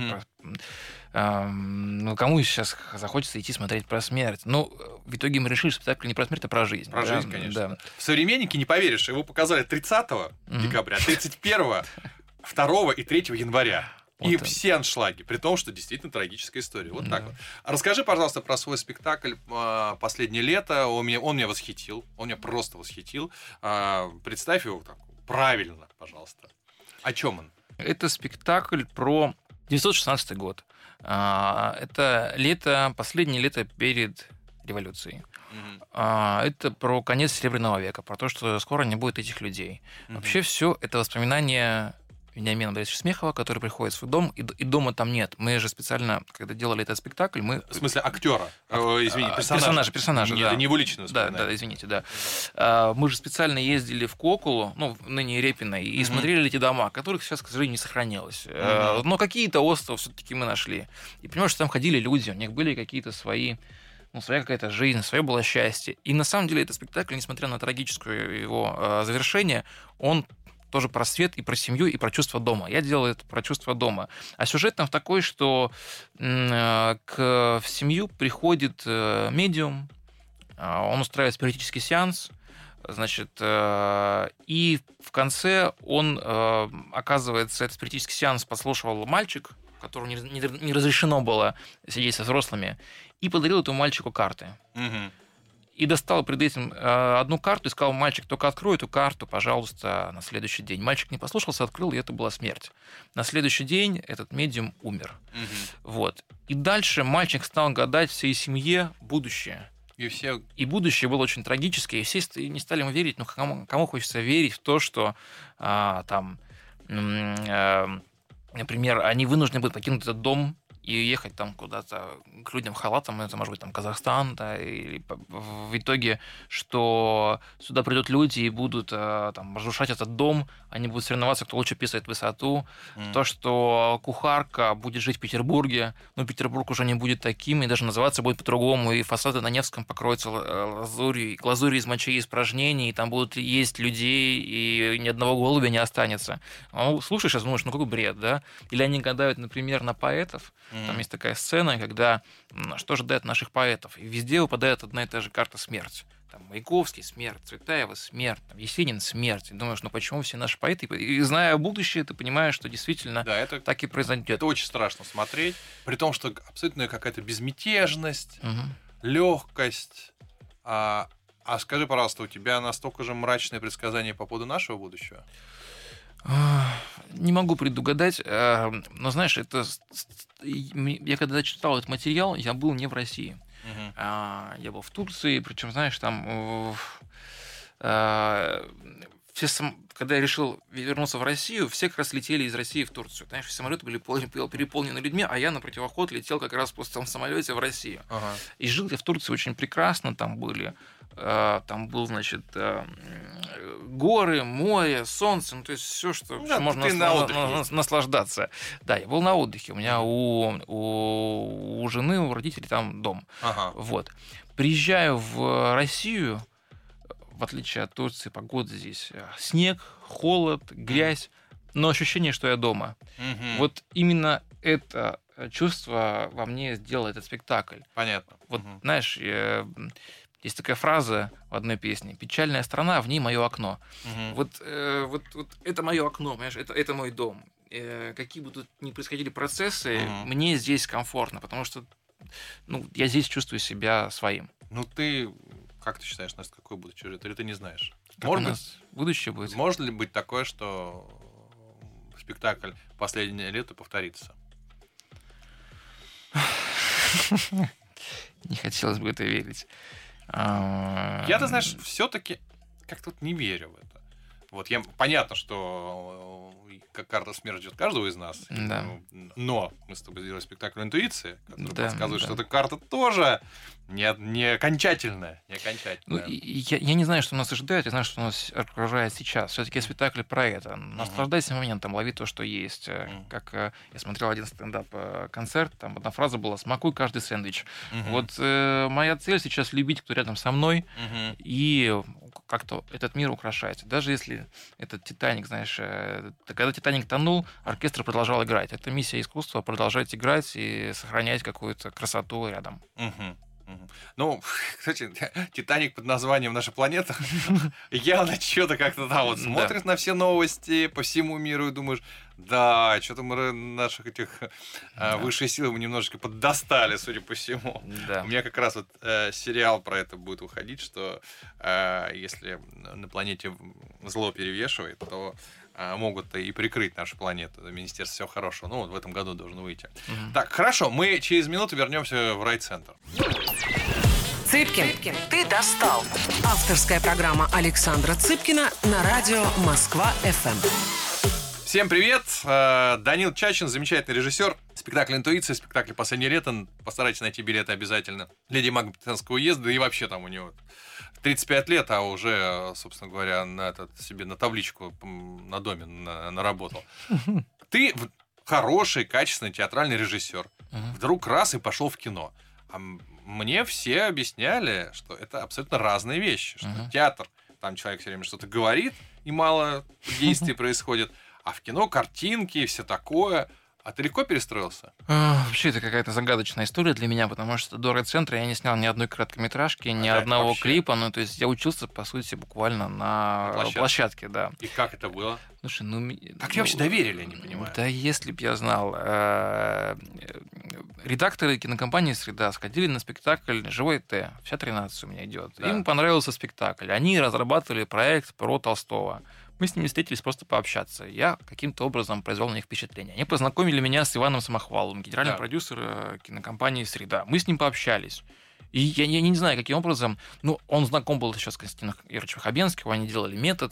Ну, кому сейчас захочется идти смотреть про смерть? Ну, в итоге мы решили, что спектакль не про смерть, а про жизнь. Про жизнь, конечно. Да. В «Современнике», не поверишь, его показали 30 декабря, 31, 2 и 3 января. Вот и все аншлаги, при том, что действительно трагическая история. Вот так вот. Расскажи, пожалуйста, про свой спектакль «Последнее лето». Он меня восхитил. Он меня просто восхитил. Представь его так правильно, пожалуйста. О чем он? Это спектакль про 1916 год. Это лето, последнее лето перед революцией. Это про конец Серебряного века, про то, что скоро не будет этих людей. Вообще все это воспоминания Вениамина Борисовича Смехова, который приходит в свой дом, и дома там нет. Мы же специально, когда делали этот спектакль, мы... В смысле актера? Извини, персонажа, да. Это не его личное воспоминание. Да, извините, да. Мы же специально ездили в Кокулу, ну, ныне Репино, и смотрели эти дома, которых сейчас, к сожалению, не сохранилось. Но какие-то островы все-таки мы нашли. И понимаешь, что там ходили люди, у них были какие-то свои... Ну, своя какая-то жизнь, свое было счастье. И на самом деле этот спектакль, несмотря на трагическое его завершение, он тоже про свет и про семью, и про чувство дома. Я делал это про чувство дома. А сюжет там такой, что в семью приходит медиум, он устраивает спиритический сеанс, значит, и в конце он, оказывается, этот спиритический сеанс послушивал мальчик, которому не разрешено было сидеть со взрослыми, и подарил этому мальчику карты. И достал перед этим одну карту и сказал: мальчик, только открой эту карту, пожалуйста, на следующий день. Мальчик не послушался, открыл, и это была смерть. На следующий день этот медиум умер. Вот. И дальше мальчик стал гадать всей семье будущее. И будущее было очень трагическое, и все не стали ему верить. Но кому хочется верить в то, что там, например, они вынуждены будут покинуть этот дом и ехать там куда-то к людям в халатам, это может быть там Казахстан, да, и в итоге, что сюда придут люди и будут там разрушать этот дом, они будут соревноваться, кто лучше писает в высоту, то, что кухарка будет жить в Петербурге, но Петербург уже не будет таким, и даже называться будет по-другому, и фасады на Невском покроются глазурью из мочи и испражнений, и там будут есть людей, и ни одного голубя не останется. Ну, слушаешь, сейчас думаешь, ну какой бред, да? Или они гадают, например, на поэтов. Там есть такая сцена, когда что ожидает наших поэтов, и везде выпадает одна и та же карта смерть. Там Маяковский — смерть, Цветаева — смерть, там, Есенин — смерть. И думаешь, ну почему все наши поэты... И зная будущее, ты понимаешь, что действительно это, так и произойдет. Это очень страшно смотреть, при том, что абсолютная какая-то безмятежность, легкость. А скажи, пожалуйста, у тебя настолько же мрачные предсказания по поводу нашего будущего? Не могу предугадать, но, знаешь, это... Я когда читал этот материал, я был не в России. Я был в Турции, причем, знаешь, там... Когда я решил вернуться в Россию, все как раз летели из России в Турцию. Знаешь, самолеты были переполнены людьми, а я на противоход летел как раз в самолете в Россию. И жил я в Турции очень прекрасно, там был, значит, горы, море, солнце, ну, то есть все, что можно наслаждаться. Да, я был на отдыхе. У меня у жены, у родителей там дом. Вот. Приезжаю в Россию, в отличие от Турции, погода здесь снег, холод, грязь, но ощущение, что я дома. Вот именно это чувство во мне сделал этот спектакль. Понятно. Вот, знаешь, есть такая фраза в одной песне: «Печальная страна, в ней мое окно». Вот это мое окно, понимаешь, это мой дом. Какие бы тут ни происходили процессы, мне здесь комфортно, потому что я здесь чувствую себя своим. Как ты считаешь, Настя, какое будущее ждет? Или ты не знаешь? Может быть, будущее будет. Может ли быть такое, что спектакль «Последнее лето» повторится? Не хотелось бы это верить. Я, знаешь, все-таки как-то не верю в это. Вот понятно, что карта смерти ждет каждого из нас. Да. Но мы с тобой сделали спектакль «Интуиция», который подсказывает, что эта карта тоже не окончательная. Я не знаю, что нас ожидает, я знаю, что нас окружает сейчас. Все-таки спектакль про это. Наслаждайся моментом, лови то, что есть. Как я смотрел один стендап-концерт, там одна фраза была: «Смакуй каждый сэндвич». Вот моя цель сейчас — любить, кто рядом со мной, и как-то этот мир украшается. Даже если этот «Титаник», знаешь, когда «Титаник» тонул, оркестр продолжал играть. Это миссия искусства — продолжать играть и сохранять какую-то красоту рядом. Ну, кстати, «Титаник» под названием «Наша планета» явно что-то как-то там вот смотришь на все новости по всему миру и думаешь, да, что-то мы наших этих высших сил мы немножечко поддостали, судя по всему. Да. У меня как раз вот сериал про это будет выходить, что если на планете зло перевешивает, то могут и прикрыть нашу планету. Министерство всего хорошего. Ну, вот в этом году должен выйти. Так, хорошо, мы через минуту вернемся в райцентр. Цыпкин, ты достал. Авторская программа Александра Цыпкина на радио Москва-ФМ. Всем привет! Данил Чачин, замечательный режиссер. Спектакль «Интуиция», спектакль «Последнее лето». Постарайтесь найти билеты обязательно. «Леди Макбетского уезда», и вообще там у него 35 лет, а уже, собственно говоря, себе на табличку на доме наработал. Ты хороший, качественный театральный режиссер. Вдруг раз и пошел в кино. А мне все объясняли, что это абсолютно разные вещи. Что театр, там человек все время что-то говорит, и мало действий происходит. А в кино картинки и все такое. А ты легко перестроился? Вообще, это какая-то загадочная история для меня, потому что до райцентра я не снял ни одной короткометражки, ни одного клипа. Ну, то есть я учился, по сути, буквально на площадке, да. И как это было? Слушай, как тебе вообще доверили, я не понимаю. Да если б я знал. Редакторы кинокомпании «Среда» сходили на спектакль «Живой Т». Вся 13 у меня идет. Да. Им понравился спектакль. Они разрабатывали проект про Толстого. Мы с ними встретились просто пообщаться. Я каким-то образом произвел на них впечатление. Они познакомили меня с Иваном Самохваловым, генеральным продюсером кинокомпании «Среда». Мы с ним пообщались. И я не знаю, каким образом... Ну, он знаком был еще с Константином Юрьевичем Хабенским, они делали «Метод»,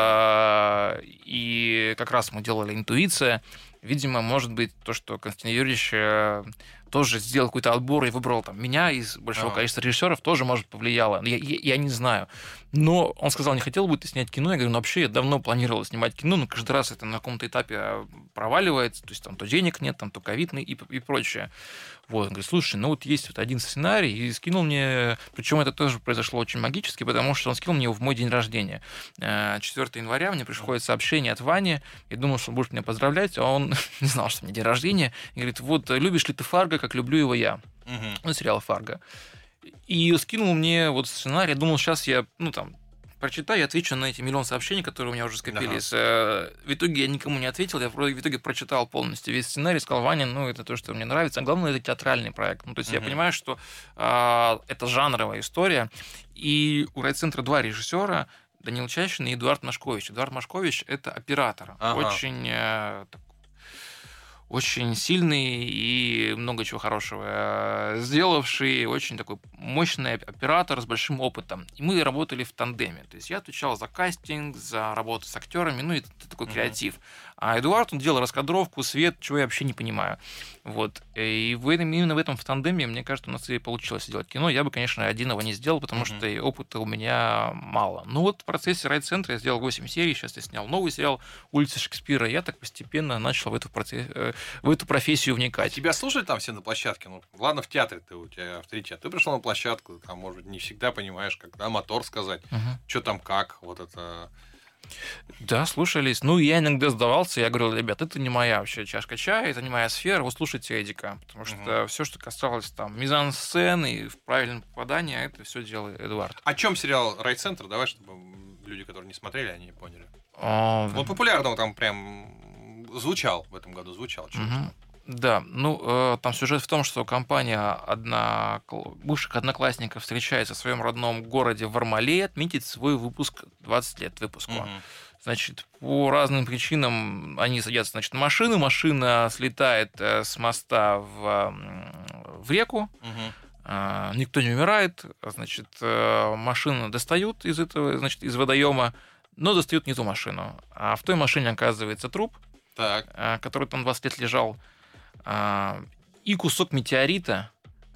и как раз мы делали «Интуиция». Видимо, может быть, то, что Константин Юрьевич тоже сделал какой-то отбор и выбрал там меня из большого количества режиссеров, тоже, может, повлияло. Я не знаю. Но он сказал, не хотел бы ты снять кино. Я говорю, ну, вообще, я давно планировал снимать кино, но каждый раз это на каком-то этапе проваливается. То есть там то денег нет, там то ковид и прочее. Вот. Он говорит, слушай, ну вот есть вот один сценарий, и скинул мне... Причем это тоже произошло очень магически, потому что он скинул мне его в мой день рождения. 4 января мне приходит сообщение от Вани. Я думал, что он будет меня поздравлять, а он не знал, что у меня день рождения. И говорит, вот, любишь ли ты «Фарго, как люблю его я?» Ну, сериал «Фарго». И скинул мне вот сценарий. Я думал, сейчас я, прочитаю и отвечу на эти миллион сообщений, которые у меня уже скопились. В итоге я никому не ответил, я в итоге прочитал полностью весь сценарий, сказал, Ваня, это то, что мне нравится. А главное, это театральный проект. То есть я понимаю, что это жанровая история. И у райцентра 2 режиссера, Данил Чащин и Эдуард Машкович. Эдуард Машкович — это оператор. Очень сильный и много чего хорошего сделавший, очень такой мощный оператор с большим опытом. И мы работали в тандеме. То есть я отвечал за кастинг, за работу с актерами, это такой креатив. А Эдуард, он делал раскадровку, свет, чего я вообще не понимаю. Вот. И именно в этом в тандеме, мне кажется, у нас и получилось сделать кино. Я бы, конечно, один его не сделал, потому что и опыта у меня мало. Но вот в процессе райцентра я сделал 8 серий, сейчас я снял новый сериал «Улица Шекспира», и я так постепенно начал в эту профессию вникать. Тебя слушали там все на площадке? Ладно, в театре у тебя авторитет. Ты пришел на площадку, там, может, не всегда понимаешь, когда мотор сказать, что там как, вот это... Да, слушались. Я иногда сдавался, я говорил, ребят, это не моя вообще чашка чая, это не моя сфера, вы слушайте Эдика. Потому что все, что касалось там мизансцен и в правильном попадании, это все делает Эдуард. О чем сериал «Райцентр»? Давай, чтобы люди, которые не смотрели, они не поняли. Он популярно там прям звучал в этом году, Да, там сюжет в том, что компания бывших одноклассников встречается в своем родном городе в Армале и отметит свой выпуск, 20 лет выпуску. Значит, по разным причинам они садятся, на машину, машина слетает с моста в реку, никто не умирает, значит, машину достают из водоема, но достают не ту машину. А в той машине оказывается труп, который там 20 лет лежал, и кусок метеорита,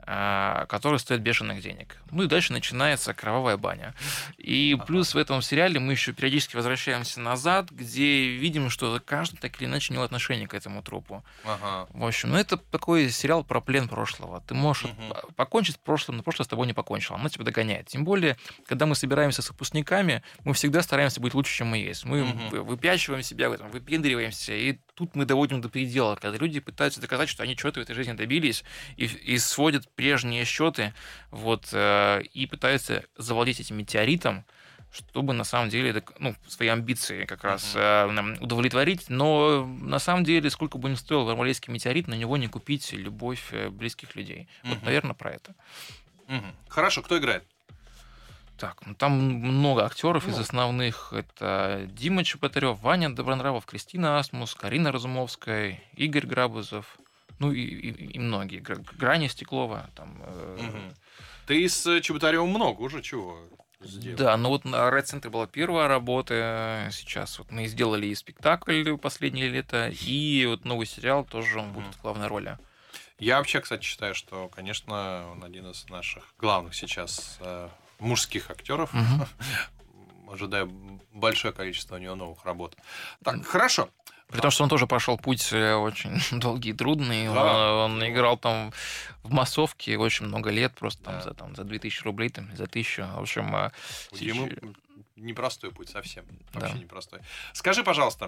который стоит бешеных денег. Ну и дальше начинается кровавая баня. И плюс в этом сериале мы еще периодически возвращаемся назад, где видим, что каждый так или иначе имел отношение к этому трупу. В общем, ну это такой сериал про плен прошлого. Ты можешь покончить с прошлым, но прошлое с тобой не покончило. Оно тебя догоняет. Тем более, когда мы собираемся с выпускниками, мы всегда стараемся быть лучше, чем мы есть. Мы выпячиваем себя в этом, выпендриваемся, и тут мы доводим до предела, когда люди пытаются доказать, что они что-то в этой жизни добились, и сводят прежние счеты, вот, и пытаются завладеть этим метеоритом, чтобы на самом деле свои амбиции как раз удовлетворить. Но на самом деле, сколько бы ни стоил варварийский метеорит, на него не купить любовь близких людей. Вот, наверное, про это. Хорошо, кто играет? Так, там много актеров из основных. Это Дима Чеботарев, Ваня Добронравов, Кристина Асмус, Карина Разумовская, Игорь Грабузов. Ну и многие. Граня Стеклова. Там, Ты с Чеботаревым много уже чего сделал? Да, ну вот на Райцентре была первая работа. Сейчас вот мы сделали и спектакль последнее лето, и вот новый сериал тоже он будет в главной роли. Я вообще, кстати, считаю, что, конечно, он один из наших главных сейчас мужских актеров. Ожидаю большое количество у него новых работ. Так, хорошо. При том, что он тоже прошел путь очень долгий и трудный. Да. Он играл там в массовке очень много лет, просто там, за 2000 рублей, там, за 1000. В общем, Димы непростой путь совсем. Вообще непростой. Скажи, пожалуйста,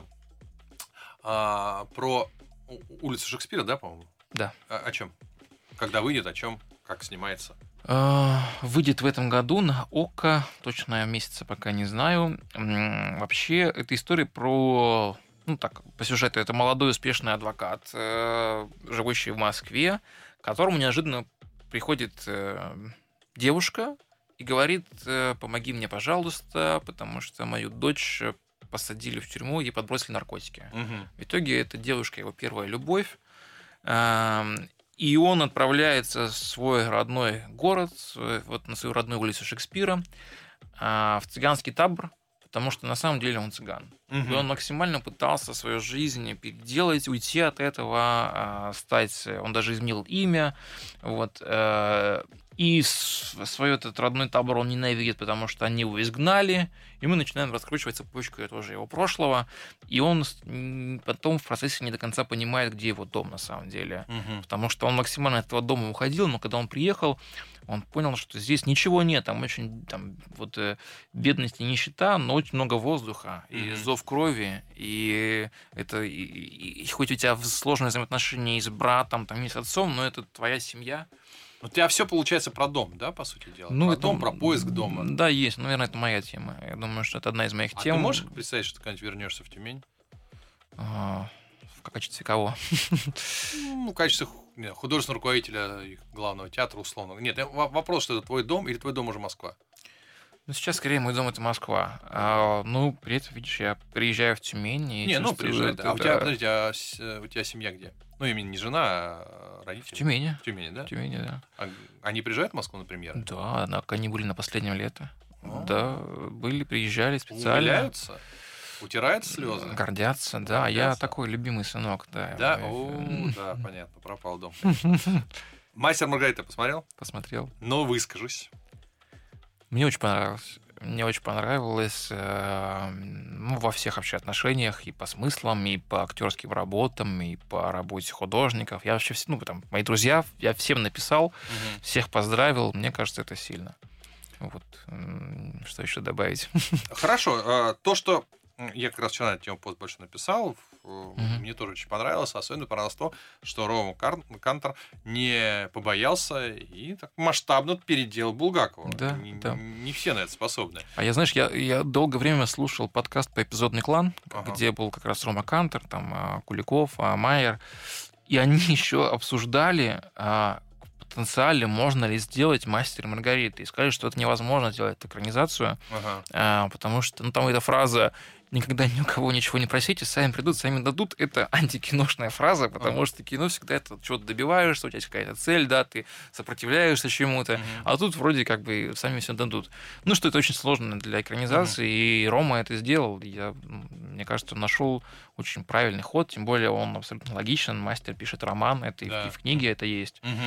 про улицу Шекспира, да, по-моему? Да. О чем? Когда выйдет, о чем? Как снимается? Выйдет в этом году на ОККО. Точно месяца пока не знаю. Вообще, это история про... Ну так, по сюжету, это молодой успешный адвокат, живущий в Москве, к которому неожиданно приходит девушка и говорит: помоги мне, пожалуйста, потому что мою дочь посадили в тюрьму и подбросили наркотики. В итоге эта девушка его первая любовь, и он отправляется в свой родной город, вот на свою родную улицу Шекспира, в цыганский табор, потому что на самом деле он цыган. И он максимально пытался свою жизнь переделать, уйти от этого, стать... Он даже изменил имя. Вот. И свой этот родной табор он ненавидит, потому что они его изгнали. И мы начинаем раскручивать цепочку тоже его прошлого. И он потом в процессе не до конца понимает, где его дом на самом деле. Потому что он максимально от этого дома уходил, но когда он приехал, он понял, что здесь ничего нет. Там очень бедность и нищета, но очень много воздуха и зов крови. И это и хоть у тебя сложные взаимоотношения и с братом, там, и с отцом, но это твоя семья. У тебя все получается про дом, да, по сути дела? Ну, про дом, про поиск дома. Да, есть. Наверное, это моя тема. Я думаю, что это одна из моих тем. Ты можешь представить, что ты когда-нибудь вернешься в Тюмень? В качестве кого? Ну, в качестве художественного руководителя главного театра, условно. Нет, вопрос, что это твой дом или твой дом уже Москва? Ну, сейчас, скорее, мой дом — это Москва. При этом, видишь, я приезжаю в Тюмень и приезжай, да. У тебя семья где? Ну, именно не жена, а родители. В Тюмени. В Тюмени, да? В Тюмени, да. Они приезжают в Москву, например? Да, они были на последнем лето. Да, приезжали специально. Умиляются? Утирают слезы? Гордятся, да. Гордятся. Я такой любимый сынок, да. Да? Да, понятно, пропал дом. «Мастер Маргарита» посмотрел? Посмотрел. Ну, выскажусь. Мне очень понравилось. Мне очень понравилось во всех вообще отношениях, и по смыслам, и по актерским работам, и по работе художников. Я вообще, мои друзья, я всем написал, всех поздравил. Мне кажется, это сильно. Вот. Что еще добавить? Хорошо. То, что я как раз вчера на эту тему пост больше написал, мне тоже очень понравилось. Особенно понравилось то, что Рома Кантор не побоялся и так масштабно переделал Булгакова. Да, не все на это способны. А я долгое время слушал подкаст по «Эпизодный клан», где был как раз Рома Кантор, там Куликов, Майер. И они еще обсуждали потенциале, можно ли сделать «Мастер и Маргарита». И сказали, что это невозможно сделать экранизацию, потому что там эта фраза «никогда ни у кого ничего не просите, сами придут, сами дадут» — это антикиношная фраза, потому что кино всегда это чего-то добиваешься, у тебя есть какая-то цель, да, ты сопротивляешься чему-то, а тут вроде как бы сами все дадут. Ну, что это очень сложно для экранизации, и Рома это сделал. Мне кажется, он нашел очень правильный ход, тем более он абсолютно логичен. Мастер пишет роман, это и в книге это есть.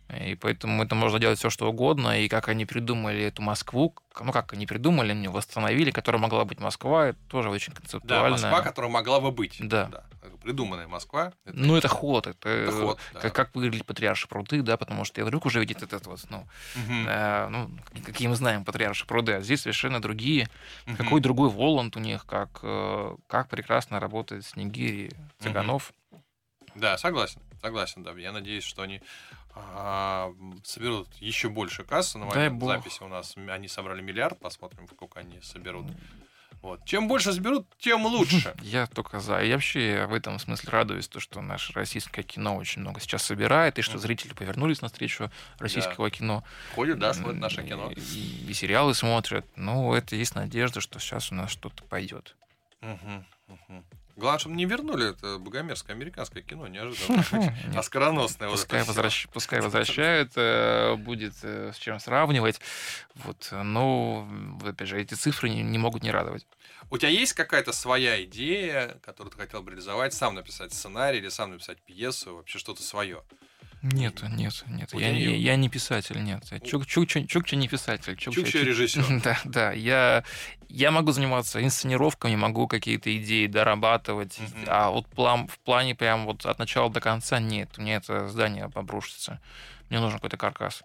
И поэтому это можно делать все, что угодно. И как они придумали эту Москву, ну как они придумали, они восстановили, которая могла быть Москва, это тоже очень концептуально. Да, Москва, которая могла бы быть. Да. Придуманная Москва. Ну, это ход. Это ход, да. Как выглядели Патриаршие пруды, да, потому что я вдруг уже видит этот вот, какие мы знаем Патриаршие пруды, а здесь совершенно другие. Какой другой Воланд у них, как прекрасно работает Снегирь и Цыганов. Да, согласен, да. Я надеюсь, что они соберут еще больше кассы. На момент записи у нас они собрали 1 миллиард, посмотрим, сколько они соберут. Вот. Чем больше соберут, тем лучше. Я только за. И вообще в этом смысле радуюсь, то, что наше российское кино очень много сейчас собирает, и что зрители повернулись навстречу российского кино. Ходят, да, смотрят наше кино. И сериалы смотрят. Ну, это есть надежда, что сейчас у нас что-то пойдет. Главное, чтобы не вернули это богомерзкое американское кино, неожиданно. Оскароносное. Пускай возвращают, будет с чем сравнивать. Вот. Но, опять же, эти цифры не могут не радовать. У тебя есть какая-то своя идея, которую ты хотел бы реализовать, сам написать сценарий или сам написать пьесу, вообще что-то свое? Нет. Я не писатель, нет. Чукча не писатель. Чукча режиссер. Да. Я могу заниматься инсценировками, могу какие-то идеи дорабатывать, а вот в плане прям вот от начала до конца нет. У меня это здание обрушится. Мне нужен какой-то каркас.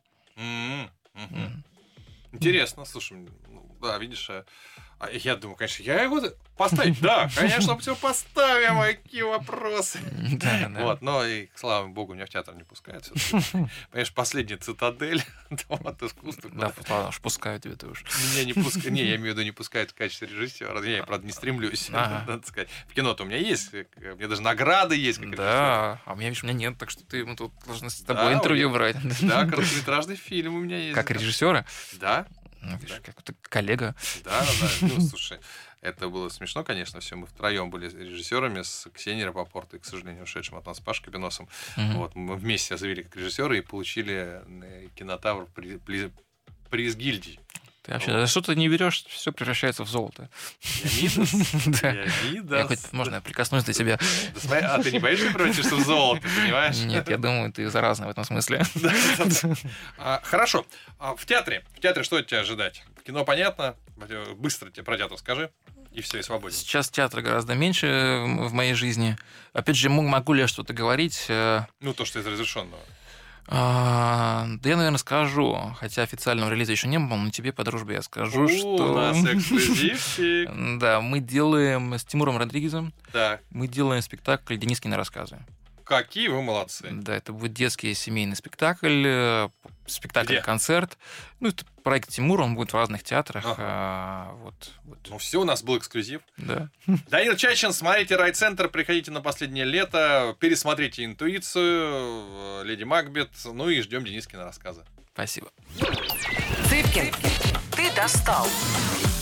Интересно, слушай, да, видишь, я думаю, конечно, я его поставить, да, конечно, все поставим, какие вопросы. Да. Вот, но и, слава богу, меня в театр не пускают. Понимаешь, последняя цитадель от искусства. Да, ладно уж, пускают тебя уж. Меня не пускают, я имею в виду, не пускают в качестве режиссера. Я, правда, не стремлюсь, надо сказать. В кино-то у меня есть, у меня даже награды есть. Да, а у меня, видишь, нет, так что мы тут должны с тобой интервью брать. Да, короткометражный фильм у меня есть. Как режиссера? Да. Видишь, какой-то коллега. Да. Ну, слушай, это было смешно, конечно, все. Мы втроем были режиссерами с Ксенией Рапопорт и, к сожалению, ушедшим от нас Пашей Капиносом. Вот, мы вместе себя завели как режиссеры и получили кинотавр приз гильдии. Ты вообще, за что ты не берешь, все превращается в золото. Я Мидас. Можно я прикоснусь до тебя? А ты не боишься превратиться в золото, понимаешь? Нет, я думаю, ты заразный в этом смысле. Хорошо. В театре что от тебя ожидать? Кино понятно? Быстро тебе про театр скажи. И все, и свободен. Сейчас театра гораздо меньше в моей жизни. Опять же, могу ли я что-то говорить? Ну, то, что из разрешенного. Да я, наверное, скажу, хотя официального релиза еще не было, но тебе по дружбе я скажу, что... У нас эксклюзивчик. Да, мы делаем с Тимуром Родригезом, Так. мы делаем спектакль «Денискины рассказы». Какие вы молодцы. Да, это будет детский семейный спектакль-концерт. Ну, это проект Тимура, он будет в разных театрах. Вот. Ну, все, у нас был эксклюзив. Да. Данил Чачин, смотрите «Райцентр», приходите на последнее лето, пересмотрите «Интуицию», «Леди Макбет», ну и ждем Денискина рассказа. Спасибо. Цыпкин, ты достал.